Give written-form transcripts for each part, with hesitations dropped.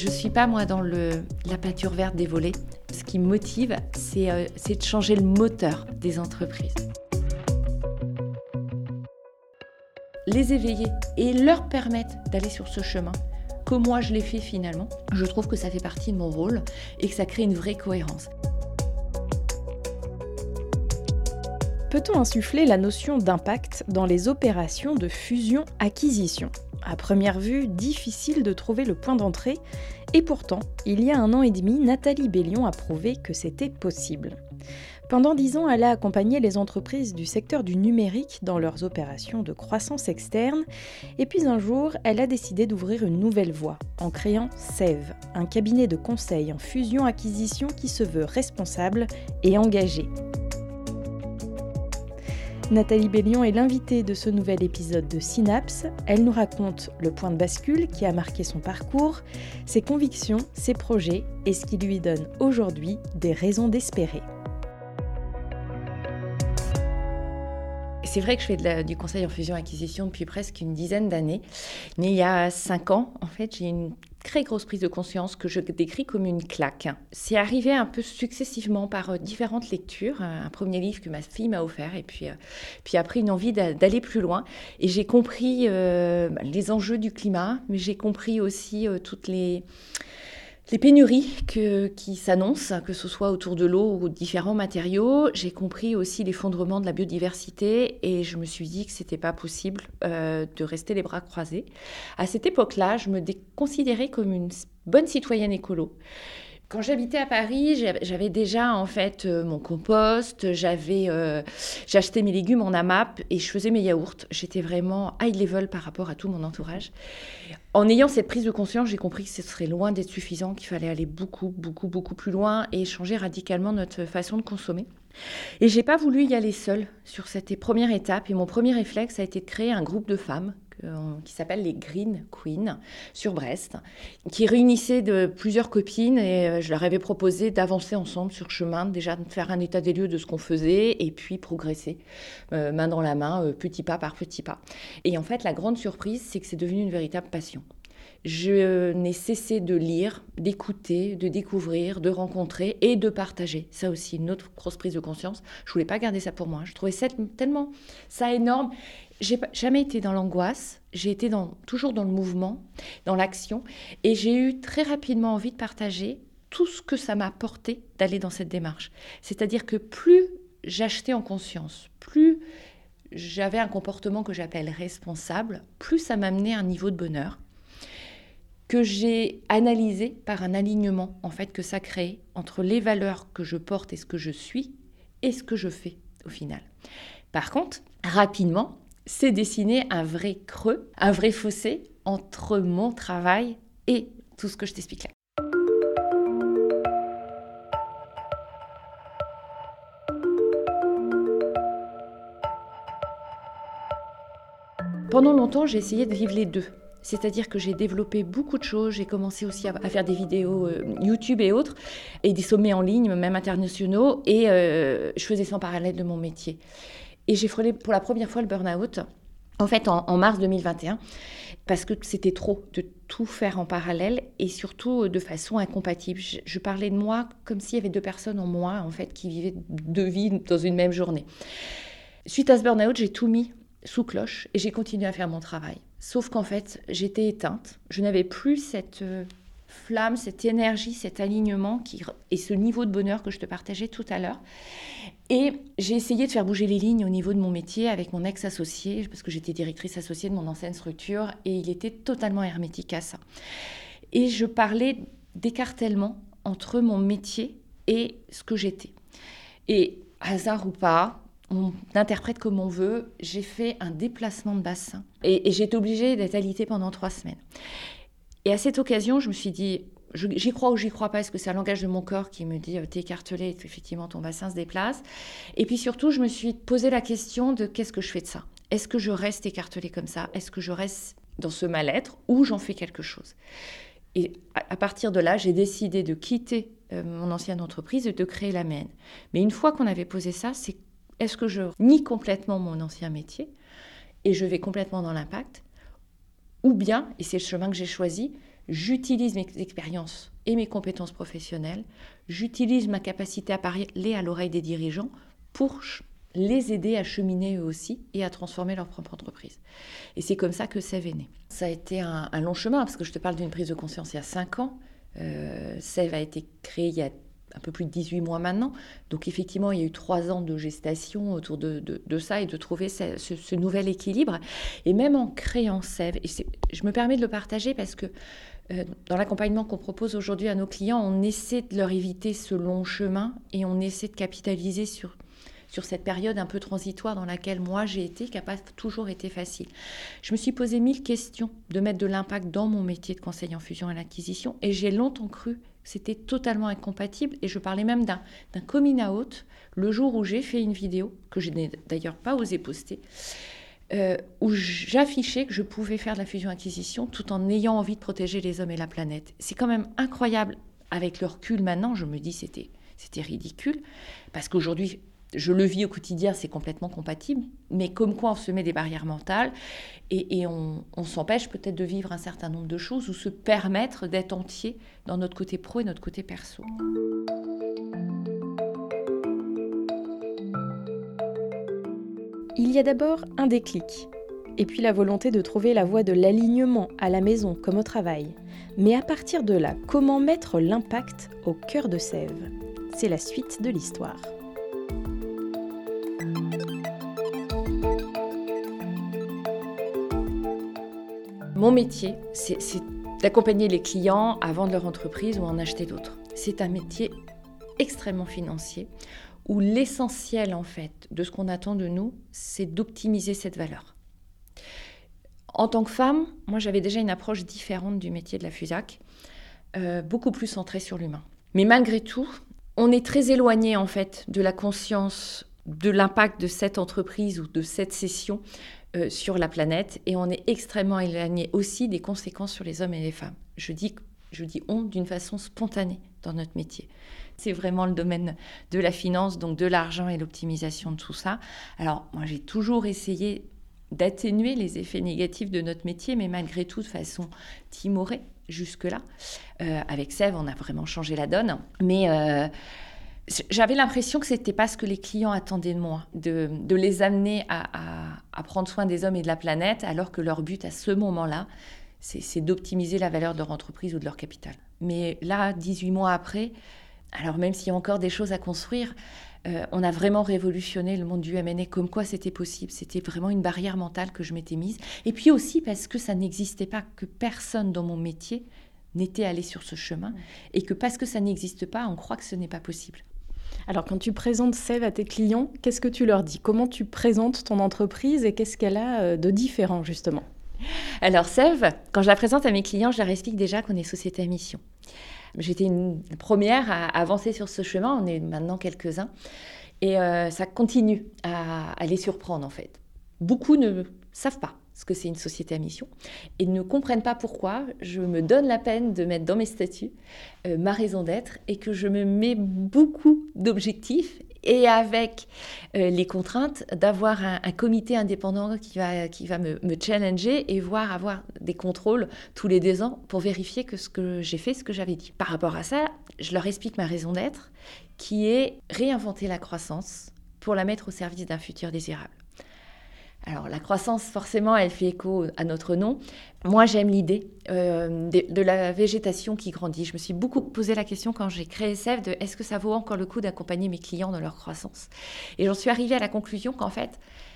Je ne suis pas, moi, dans la peinture verte des volets. Ce qui me motive, c'est de changer le moteur des entreprises. Les éveiller et leur permettre d'aller sur ce chemin, que moi je l'ai fait finalement, je trouve que ça fait partie de mon rôle et que ça crée une vraie cohérence. Peut-on insuffler la notion d'impact dans les opérations de fusion-acquisition ? À première vue, difficile de trouver le point d'entrée, et pourtant, il y a 1 an et demi, Nathalie Bellion a prouvé que c'était possible. Pendant 10 ans, elle a accompagné les entreprises du secteur du numérique dans leurs opérations de croissance externe, et puis un jour, elle a décidé d'ouvrir une nouvelle voie, en créant Sève, un cabinet de conseil en fusion-acquisition qui se veut responsable et engagé. Nathalie Bellion est l'invitée de ce nouvel épisode de Synapse. Elle nous raconte le point de bascule qui a marqué son parcours, ses convictions, ses projets et ce qui lui donne aujourd'hui des raisons d'espérer. C'est vrai que je fais du conseil en fusion-acquisition depuis presque une dizaine d'années, mais il y a 5 ans, en fait, j'ai une très grosse prise de conscience que je décris comme une claque. C'est arrivé un peu successivement par différentes lectures. Un premier livre que ma fille m'a offert et puis après une envie d'aller plus loin. Et j'ai compris les enjeux du climat, mais j'ai compris aussi toutes les pénuries qui s'annoncent, que ce soit autour de l'eau ou différents matériaux. J'ai compris aussi l'effondrement de la biodiversité et je me suis dit que c'était pas possible de rester les bras croisés. À cette époque-là, je me considérais comme une bonne citoyenne écolo. Quand j'habitais à Paris, j'avais déjà en fait mon compost, j'achetais mes légumes en AMAP et je faisais mes yaourts. J'étais vraiment high level par rapport à tout mon entourage. En ayant cette prise de conscience, j'ai compris que ce serait loin d'être suffisant, qu'il fallait aller beaucoup plus loin et changer radicalement notre façon de consommer. Et j'ai pas voulu y aller seule sur cette première étape. Et mon premier réflexe a été de créer un groupe de femmes qui s'appelle les Green Queens sur Brest, qui réunissait de plusieurs copines et je leur avais proposé d'avancer ensemble sur chemin, déjà de faire un état des lieux de ce qu'on faisait et puis progresser main dans la main, petit pas par petit pas. Et en fait, la grande surprise, c'est que c'est devenu une véritable passion. Je n'ai cessé de lire, d'écouter, de découvrir, de rencontrer et de partager. Ça aussi, une autre grosse prise de conscience. Je ne voulais pas garder ça pour moi. Je trouvais tellement ça énorme. J'ai jamais été dans l'angoisse. J'ai été toujours dans le mouvement, dans l'action. Et j'ai eu très rapidement envie de partager tout ce que ça m'a apporté d'aller dans cette démarche. C'est-à-dire que plus j'achetais en conscience, plus j'avais un comportement que j'appelle responsable, plus ça m'amenait à un niveau de bonheur que j'ai analysé par un alignement en fait que ça crée entre les valeurs que je porte et ce que je suis et ce que je fais au final. Par contre, rapidement, c'est dessiné un vrai creux, un vrai fossé entre mon travail et tout ce que je t'explique là. Pendant longtemps, j'ai essayé de vivre les deux. C'est-à-dire que j'ai développé beaucoup de choses, j'ai commencé aussi à faire des vidéos YouTube et autres, et des sommets en ligne, même internationaux, et je faisais ça en parallèle de mon métier. Et j'ai frôlé pour la première fois le burn-out, en fait en mars 2021, parce que c'était trop de tout faire en parallèle, et surtout de façon incompatible. Je parlais de moi comme s'il y avait 2 personnes en moi, en fait, qui vivaient 2 vies dans une même journée. Suite à ce burn-out, j'ai tout mis sous cloche et j'ai continué à faire mon travail. Sauf qu'en fait, j'étais éteinte. Je n'avais plus cette flamme, cette énergie, cet alignement et ce niveau de bonheur que je te partageais tout à l'heure. Et j'ai essayé de faire bouger les lignes au niveau de mon métier avec mon ex-associé, parce que j'étais directrice associée de mon ancienne structure, et il était totalement hermétique à ça. Et je parlais d'écartèlement entre mon métier et ce que j'étais. Et hasard ou pas, on interprète comme on veut, j'ai fait un déplacement de bassin et j'ai été obligée d'être alitée pendant 3 semaines. Et à cette occasion, je me suis dit, j'y crois ou j'y crois pas, est-ce que c'est un langage de mon corps qui me dit t'es écartelée, effectivement ton bassin se déplace. Et puis surtout, je me suis posé la question de qu'est-ce que je fais de ça ? Est-ce que je reste écartelée comme ça ? Est-ce que je reste dans ce mal-être ou j'en fais quelque chose ? Et à partir de là, j'ai décidé de quitter mon ancienne entreprise et de créer la mienne. Mais une fois qu'on avait posé ça, c'est est-ce que je nie complètement mon ancien métier et je vais complètement dans l'impact ? Ou bien, et c'est le chemin que j'ai choisi, j'utilise mes expériences et mes compétences professionnelles, j'utilise ma capacité à parler à l'oreille des dirigeants pour les aider à cheminer eux aussi et à transformer leur propre entreprise. Et c'est comme ça que Sève est né. Ça a été un long chemin, parce que je te parle d'une prise de conscience il y a 5 ans. Sève a été créé il y a un peu plus de 18 mois maintenant. Donc effectivement, il y a eu 3 ans de gestation autour de ça et de trouver ce nouvel équilibre. Et même en créant Sève, et je me permets de le partager parce que dans l'accompagnement qu'on propose aujourd'hui à nos clients, on essaie de leur éviter ce long chemin et on essaie de capitaliser sur cette période un peu transitoire dans laquelle moi j'ai été, qui n'a pas toujours été facile. Je me suis posé 1000 questions de mettre de l'impact dans mon métier de conseiller en fusion et l'acquisition, et j'ai longtemps cru que c'était totalement incompatible, et je parlais même d'un coming out le jour où j'ai fait une vidéo, que je n'ai d'ailleurs pas osé poster, où j'affichais que je pouvais faire de la fusion-acquisition tout en ayant envie de protéger les hommes et la planète. C'est quand même incroyable. Avec le recul maintenant, je me dis c'était ridicule, parce qu'aujourd'hui, je le vis au quotidien, c'est complètement compatible, mais comme quoi on se met des barrières mentales et on s'empêche peut-être de vivre un certain nombre de choses ou se permettre d'être entier dans notre côté pro et notre côté perso. Il y a d'abord un déclic, et puis la volonté de trouver la voie de l'alignement à la maison comme au travail. Mais à partir de là, comment mettre l'impact au cœur de Sève ? C'est la suite de l'histoire. Mon métier, c'est d'accompagner les clients à vendre leur entreprise ou en acheter d'autres. C'est un métier extrêmement financier où l'essentiel en fait de ce qu'on attend de nous, c'est d'optimiser cette valeur. En tant que femme, moi j'avais déjà une approche différente du métier de la FUSAC, beaucoup plus centrée sur l'humain. Mais malgré tout, on est très éloigné en fait de la conscience de l'impact de cette entreprise ou de cette session sur la planète, et on est extrêmement éloigné aussi des conséquences sur les hommes et les femmes. Je dis on d'une façon spontanée dans notre métier. C'est vraiment le domaine de la finance, donc de l'argent et l'optimisation de tout ça. Alors moi j'ai toujours essayé d'atténuer les effets négatifs de notre métier, mais malgré tout de façon timorée jusque-là. Avec Sève, on a vraiment changé la donne, mais j'avais l'impression que c'était pas ce que les clients attendaient de moi, de les amener à prendre soin des hommes et de la planète, alors que leur but à ce moment-là, c'est d'optimiser la valeur de leur entreprise ou de leur capital. Mais là, 18 mois après, alors même s'il y a encore des choses à construire, on a vraiment révolutionné le monde du M&A, comme quoi c'était possible. C'était vraiment une barrière mentale que je m'étais mise. Et puis aussi parce que ça n'existait pas, que personne dans mon métier n'était allé sur ce chemin, et que parce que ça n'existe pas, on croit que ce n'est pas possible. Alors, quand tu présentes Sève à tes clients, qu'est-ce que tu leur dis ? Comment tu présentes ton entreprise et qu'est-ce qu'elle a de différent, justement ? Alors, Sève, quand je la présente à mes clients, je leur explique déjà qu'on est société à mission. J'étais une première à avancer sur ce chemin, on est maintenant quelques-uns, et ça continue à les surprendre, en fait. Beaucoup ne savent pas ce que c'est une société à mission et ne comprennent pas pourquoi je me donne la peine de mettre dans mes statuts ma raison d'être, et que je me mets beaucoup d'objectifs, et avec les contraintes d'avoir un comité indépendant qui va me challenger et avoir des contrôles tous les 2 ans pour vérifier que ce que j'ai fait, ce que j'avais dit. Par rapport à ça, je leur explique ma raison d'être, qui est réinventer la croissance pour la mettre au service d'un futur désirable. Alors, la croissance, forcément, elle fait écho à notre nom. Moi, j'aime l'idée de la végétation qui grandit. Je me suis beaucoup posé la question quand j'ai créé Sève de est-ce que ça vaut encore le coup d'accompagner mes clients dans leur croissance ? Et j'en suis arrivée à la conclusion qu'en fait,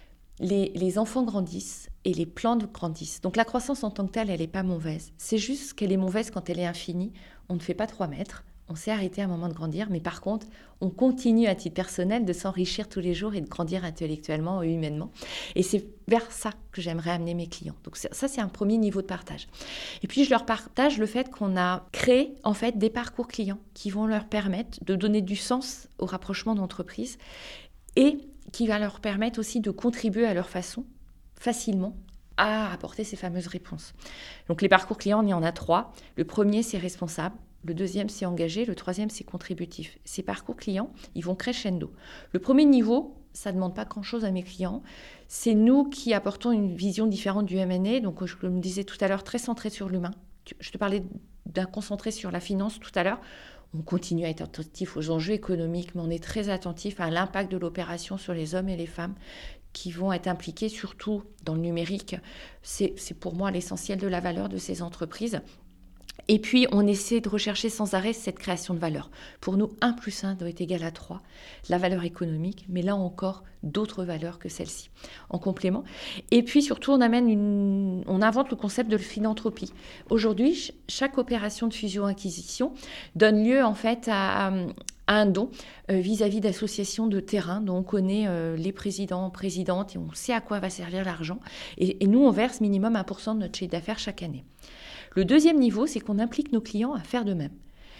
les enfants grandissent et les plantes grandissent. Donc, la croissance en tant que telle, elle n'est pas mauvaise. C'est juste qu'elle est mauvaise quand elle est infinie. On ne fait pas 3 mètres. On s'est arrêté à un moment de grandir, mais par contre, on continue à titre personnel de s'enrichir tous les jours et de grandir intellectuellement et humainement. Et c'est vers ça que j'aimerais amener mes clients. Donc ça, c'est un premier niveau de partage. Et puis, je leur partage le fait qu'on a créé en fait des parcours clients qui vont leur permettre de donner du sens au rapprochement d'entreprise et qui va leur permettre aussi de contribuer à leur façon, facilement, à apporter ces fameuses réponses. Donc les parcours clients, il y en a 3. Le premier, c'est responsable. Le deuxième, c'est engagé. Le troisième, c'est contributif. Ces parcours clients, ils vont crescendo. Le premier niveau, ça ne demande pas grand-chose à mes clients. C'est nous qui apportons une vision différente du M&A. Donc, je me disais tout à l'heure, très centré sur l'humain. Je te parlais d'un concentré sur la finance tout à l'heure. On continue à être attentif aux enjeux économiques, mais on est très attentif à l'impact de l'opération sur les hommes et les femmes qui vont être impliqués, surtout dans le numérique. C'est pour moi l'essentiel de la valeur de ces entreprises. Et puis, on essaie de rechercher sans arrêt cette création de valeur. Pour nous, 1 + 1 doit être égal à 3, la valeur économique, mais là encore, d'autres valeurs que celle-ci, en complément. Et puis, surtout, on invente le concept de philanthropie. Aujourd'hui, chaque opération de fusion-acquisition donne lieu, en fait, à un don vis-à-vis d'associations de terrain dont on connaît les présidents, présidentes, et on sait à quoi va servir l'argent. Et nous, on verse minimum 1% de notre chiffre d'affaires chaque année. Le deuxième niveau, c'est qu'on implique nos clients à faire de même.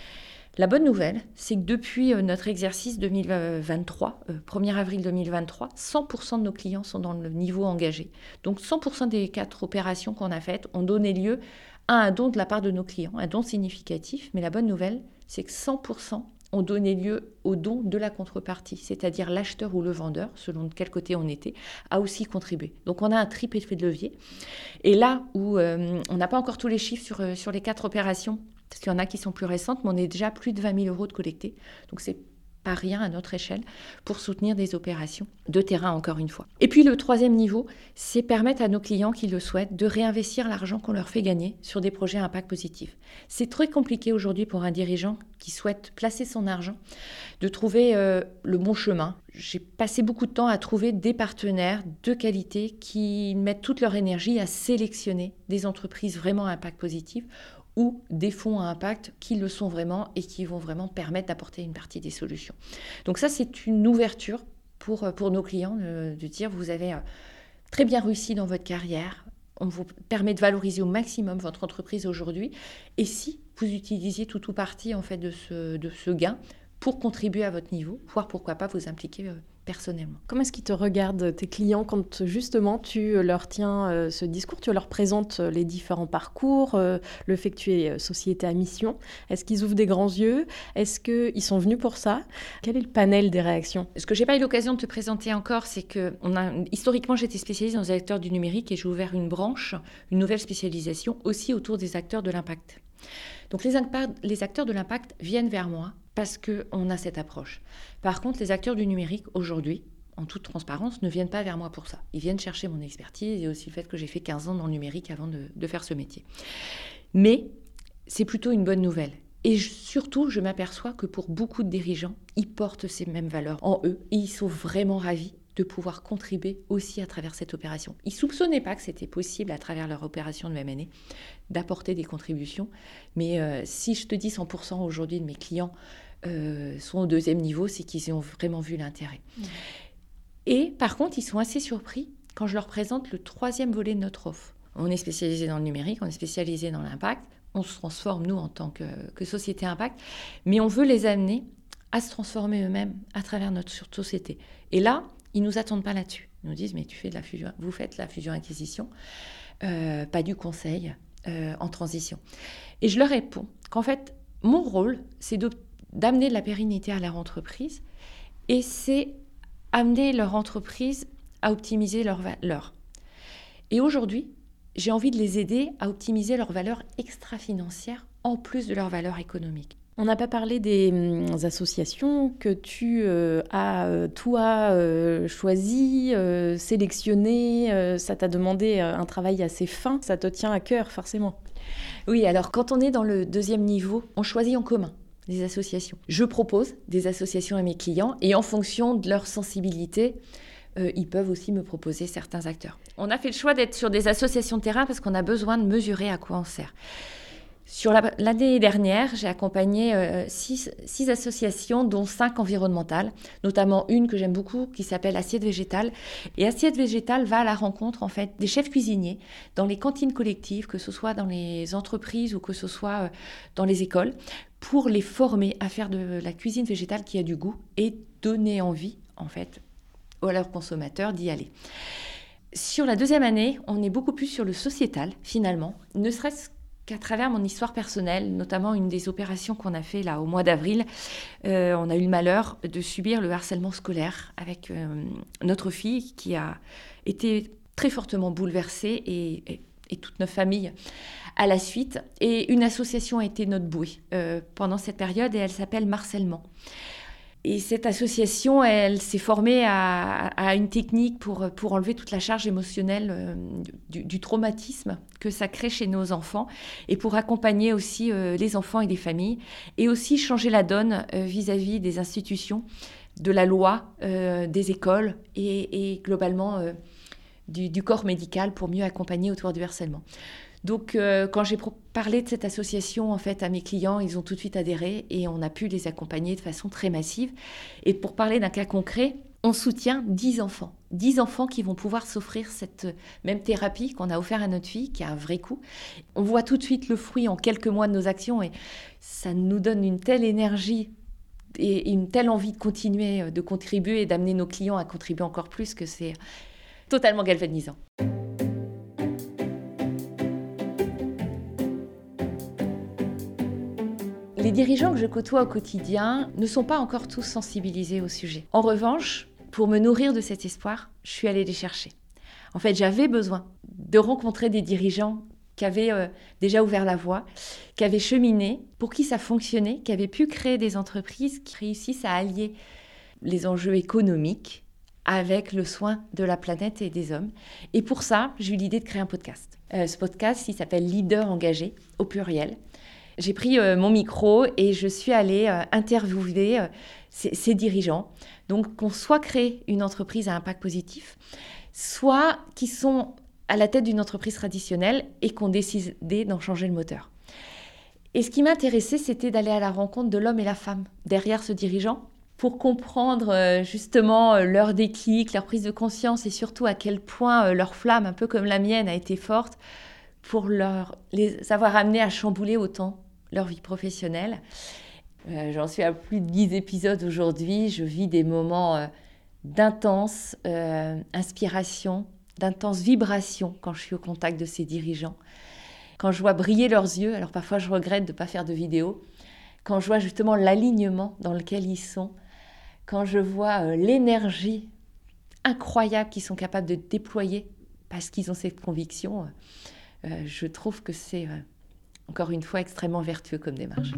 La bonne nouvelle, c'est que depuis notre exercice 2023, 1er avril 2023, 100% de nos clients sont dans le niveau engagé. Donc 100% des 4 opérations qu'on a faites ont donné lieu à un don de la part de nos clients, un don significatif. Mais la bonne nouvelle, c'est que 100% ont donné lieu au don de la contrepartie, c'est-à-dire l'acheteur ou le vendeur, selon de quel côté on était, a aussi contribué. Donc on a un triple effet de levier. Et là où on n'a pas encore tous les chiffres sur les 4 opérations, parce qu'il y en a qui sont plus récentes, mais on est déjà à plus de 20 000 € de collectés. Donc c'est pas rien à notre échelle pour soutenir des opérations de terrain, encore une fois. Et puis le troisième niveau, c'est permettre à nos clients qui le souhaitent de réinvestir l'argent qu'on leur fait gagner sur des projets à impact positif. C'est très compliqué aujourd'hui pour un dirigeant qui souhaite placer son argent de trouver le bon chemin. J'ai passé beaucoup de temps à trouver des partenaires de qualité qui mettent toute leur énergie à sélectionner des entreprises vraiment à impact positif ou des fonds à impact qui le sont vraiment et qui vont vraiment permettre d'apporter une partie des solutions. Donc ça, c'est une ouverture pour nos clients de dire vous avez très bien réussi dans votre carrière, on vous permet de valoriser au maximum votre entreprise aujourd'hui et si vous utilisiez tout ou partie en fait de ce gain pour contribuer à votre niveau, voire pourquoi pas vous impliquer personnellement. Comment est-ce qu'ils te regardent, tes clients, quand justement tu leur tiens ce discours, tu leur présentes les différents parcours, le fait que tu es société à mission? Est-ce qu'ils ouvrent des grands yeux? Est-ce qu'ils sont venus pour ça? Quel est le panel des réactions? Ce que je n'ai pas eu l'occasion de te présenter encore, c'est que historiquement, j'étais spécialisée dans les acteurs du numérique et j'ai ouvert une branche, une nouvelle spécialisation aussi autour des acteurs de l'impact. Donc les acteurs de l'impact viennent vers moi parce qu'on a cette approche. Par contre, les acteurs du numérique, aujourd'hui, en toute transparence, ne viennent pas vers moi pour ça. Ils viennent chercher mon expertise et aussi le fait que j'ai fait 15 ans dans le numérique avant de faire ce métier. Mais c'est plutôt une bonne nouvelle. Et surtout, je m'aperçois que pour beaucoup de dirigeants, ils portent ces mêmes valeurs en eux et ils sont vraiment ravis de pouvoir contribuer aussi à travers cette opération. Ils ne soupçonnaient pas que c'était possible à travers leur opération de M&A d'apporter des contributions. Mais si je te dis 100% aujourd'hui de mes clients sont au deuxième niveau, c'est qu'ils ont vraiment vu l'intérêt. Et par contre, ils sont assez surpris quand je leur présente le 3e volet de notre offre. On est spécialisé dans le numérique, on est spécialisé dans l'impact, on se transforme, nous, en tant que société impact, mais on veut les amener à se transformer eux-mêmes à travers notre société. Et là, ils ne nous attendent pas là-dessus. Ils nous disent, mais vous faites la fusion-acquisition, pas du conseil en transition. Et je leur réponds qu'en fait, mon rôle, c'est d'amener de la pérennité à leur entreprise et c'est amener leur entreprise à optimiser leurs valeurs. Et aujourd'hui, j'ai envie de les aider à optimiser leurs valeurs extra-financières en plus de leurs valeurs économiques. On n'a pas parlé des associations que tu as, toi, choisies, sélectionnées. Ça t'a demandé un travail assez fin. Ça te tient à cœur, forcément. Oui, alors quand on est dans le 2e niveau, on choisit en commun des associations. Je propose des associations à mes clients et en fonction de leur sensibilité, ils peuvent aussi me proposer certains acteurs. On a fait le choix d'être sur des associations de terrain parce qu'on a besoin de mesurer à quoi on sert. Sur l'année dernière, j'ai accompagné 6 associations, dont 5 environnementales, notamment une que j'aime beaucoup qui s'appelle Assiette Végétale. Et Assiette Végétale va à la rencontre en fait, des chefs cuisiniers dans les cantines collectives, que ce soit dans les entreprises ou que ce soit dans les écoles, pour les former à faire de la cuisine végétale qui a du goût et donner envie en fait, à leurs consommateurs d'y aller. Sur la 2e année, on est beaucoup plus sur le sociétal finalement, ne serait-ce qu'à travers mon histoire personnelle, notamment une des opérations qu'on a fait là au mois d'avril, on a eu le malheur de subir le harcèlement scolaire avec notre fille qui a été très fortement bouleversée et et toute notre famille à la suite. Et une association a été notre bouée pendant cette période et elle s'appelle Marcellement. Et cette association, elle s'est formée à une technique pour enlever toute la charge émotionnelle du traumatisme que ça crée chez nos enfants et pour accompagner aussi les enfants et les familles et aussi changer la donne vis-à-vis des institutions, de la loi, des écoles et globalement du corps médical pour mieux accompagner autour du harcèlement. Donc, quand j'ai parlé de cette association en fait, à mes clients, ils ont tout de suite adhéré et on a pu les accompagner de façon très massive. Et pour parler d'un cas concret, on soutient 10 enfants. 10 enfants qui vont pouvoir s'offrir cette même thérapie qu'on a offert à notre fille, qui a un vrai coût. On voit tout de suite le fruit en quelques mois de nos actions et ça nous donne une telle énergie et une telle envie de continuer, de contribuer et d'amener nos clients à contribuer encore plus que c'est totalement galvanisant. Les dirigeants que je côtoie au quotidien ne sont pas encore tous sensibilisés au sujet. En revanche, pour me nourrir de cet espoir, je suis allée les chercher. En fait, j'avais besoin de rencontrer des dirigeants qui avaient déjà ouvert la voie, qui avaient cheminé, pour qui ça fonctionnait, qui avaient pu créer des entreprises qui réussissent à allier les enjeux économiques avec le soin de la planète et des hommes. Et pour ça, j'ai eu l'idée de créer un podcast. Ce podcast, il s'appelle « Leader engagé » au pluriel. J'ai pris mon micro et je suis allée interviewer ces dirigeants. Donc, qu'on soit créé une entreprise à impact positif, soit qui sont à la tête d'une entreprise traditionnelle et qui ont décidé d'en changer le moteur. Et ce qui m'intéressait, c'était d'aller à la rencontre de l'homme et la femme derrière ce dirigeant pour comprendre justement leur déclic, leur prise de conscience et surtout à quel point leur flamme, un peu comme la mienne, a été forte pour les avoir amenés à chambouler autant leur vie professionnelle. J'en suis à plus de 10 épisodes aujourd'hui. Je vis des moments d'intense inspiration, d'intense vibration quand je suis au contact de ces dirigeants. Quand je vois briller leurs yeux, alors parfois je regrette de ne pas faire de vidéo, quand je vois justement l'alignement dans lequel ils sont, quand je vois l'énergie incroyable qu'ils sont capables de déployer parce qu'ils ont cette conviction, je trouve que c'est encore une fois extrêmement vertueux comme démarche.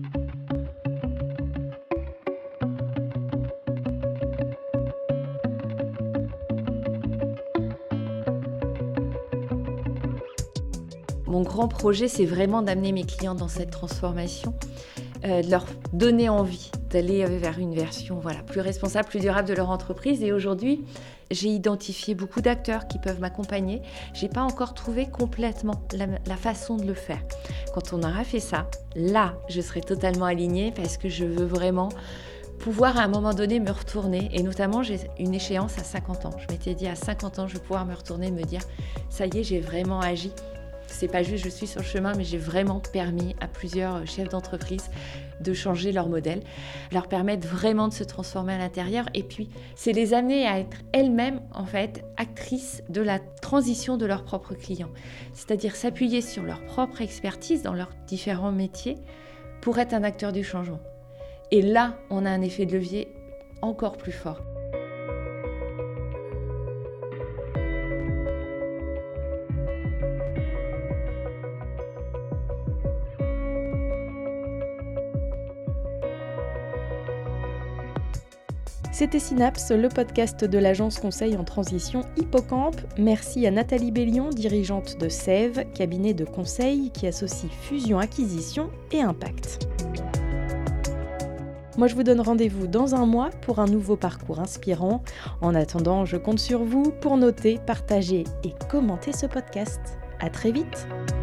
Mon grand projet, c'est vraiment d'amener mes clients dans cette transformation, de leur donner envie d'aller vers une version plus responsable, plus durable de leur entreprise. Et aujourd'hui, j'ai identifié beaucoup d'acteurs qui peuvent m'accompagner. Je n'ai pas encore trouvé complètement la façon de le faire. Quand on aura fait ça, là, je serai totalement alignée parce que je veux vraiment pouvoir à un moment donné me retourner. Et notamment, j'ai une échéance à 50 ans. Je m'étais dit à 50 ans, je vais pouvoir me retourner et me dire « ça y est, j'ai vraiment agi ». C'est pas juste je suis sur le chemin, mais j'ai vraiment permis à plusieurs chefs d'entreprise de changer leur modèle, leur permettre vraiment de se transformer à l'intérieur et puis c'est les amener à être elles-mêmes en fait actrices de la transition de leurs propres clients. C'est-à-dire s'appuyer sur leur propre expertise dans leurs différents métiers pour être un acteur du changement. Et là, on a un effet de levier encore plus fort. C'était Synapse, le podcast de l'agence conseil en transition Hippocampe. Merci à Nathalie Bellion, dirigeante de Sève, cabinet de conseil qui associe fusion, acquisition et impact. Moi, je vous donne rendez-vous dans un mois pour un nouveau parcours inspirant. En attendant, je compte sur vous pour noter, partager et commenter ce podcast. À très vite!